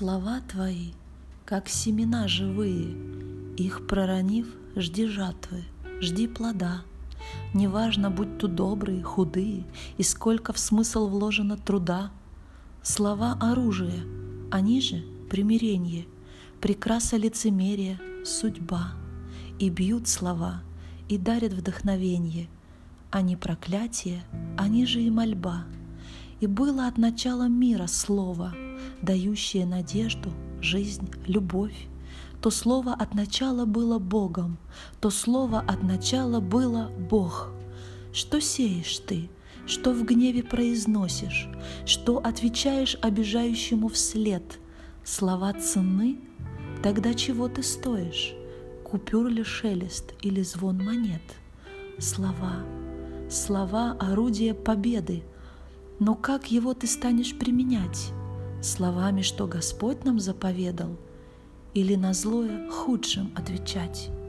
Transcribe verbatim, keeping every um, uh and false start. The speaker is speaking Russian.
Слова твои, как семена живые, их проронив, жди жатвы, жди плода. Неважно, будь то добрые, худые, и сколько в смысл вложено труда. Слова — оружие, они же — примиренье, прекраса лицемерия, судьба. И бьют слова, и дарят вдохновенье, они проклятие, они же и мольба. И было от начала мира слово, дающее надежду, жизнь, любовь. То слово от начала было Богом, то слово от начала было Бог. Что сеешь ты, что в гневе произносишь, что отвечаешь обижающему вслед? Слова ценны? Тогда чего ты стоишь? Купюр ли шелест или звон монет? Слова, слова — орудие победы. Но как его ты станешь применять? Словами, что Господь нам заповедал, или на злое худшим отвечать?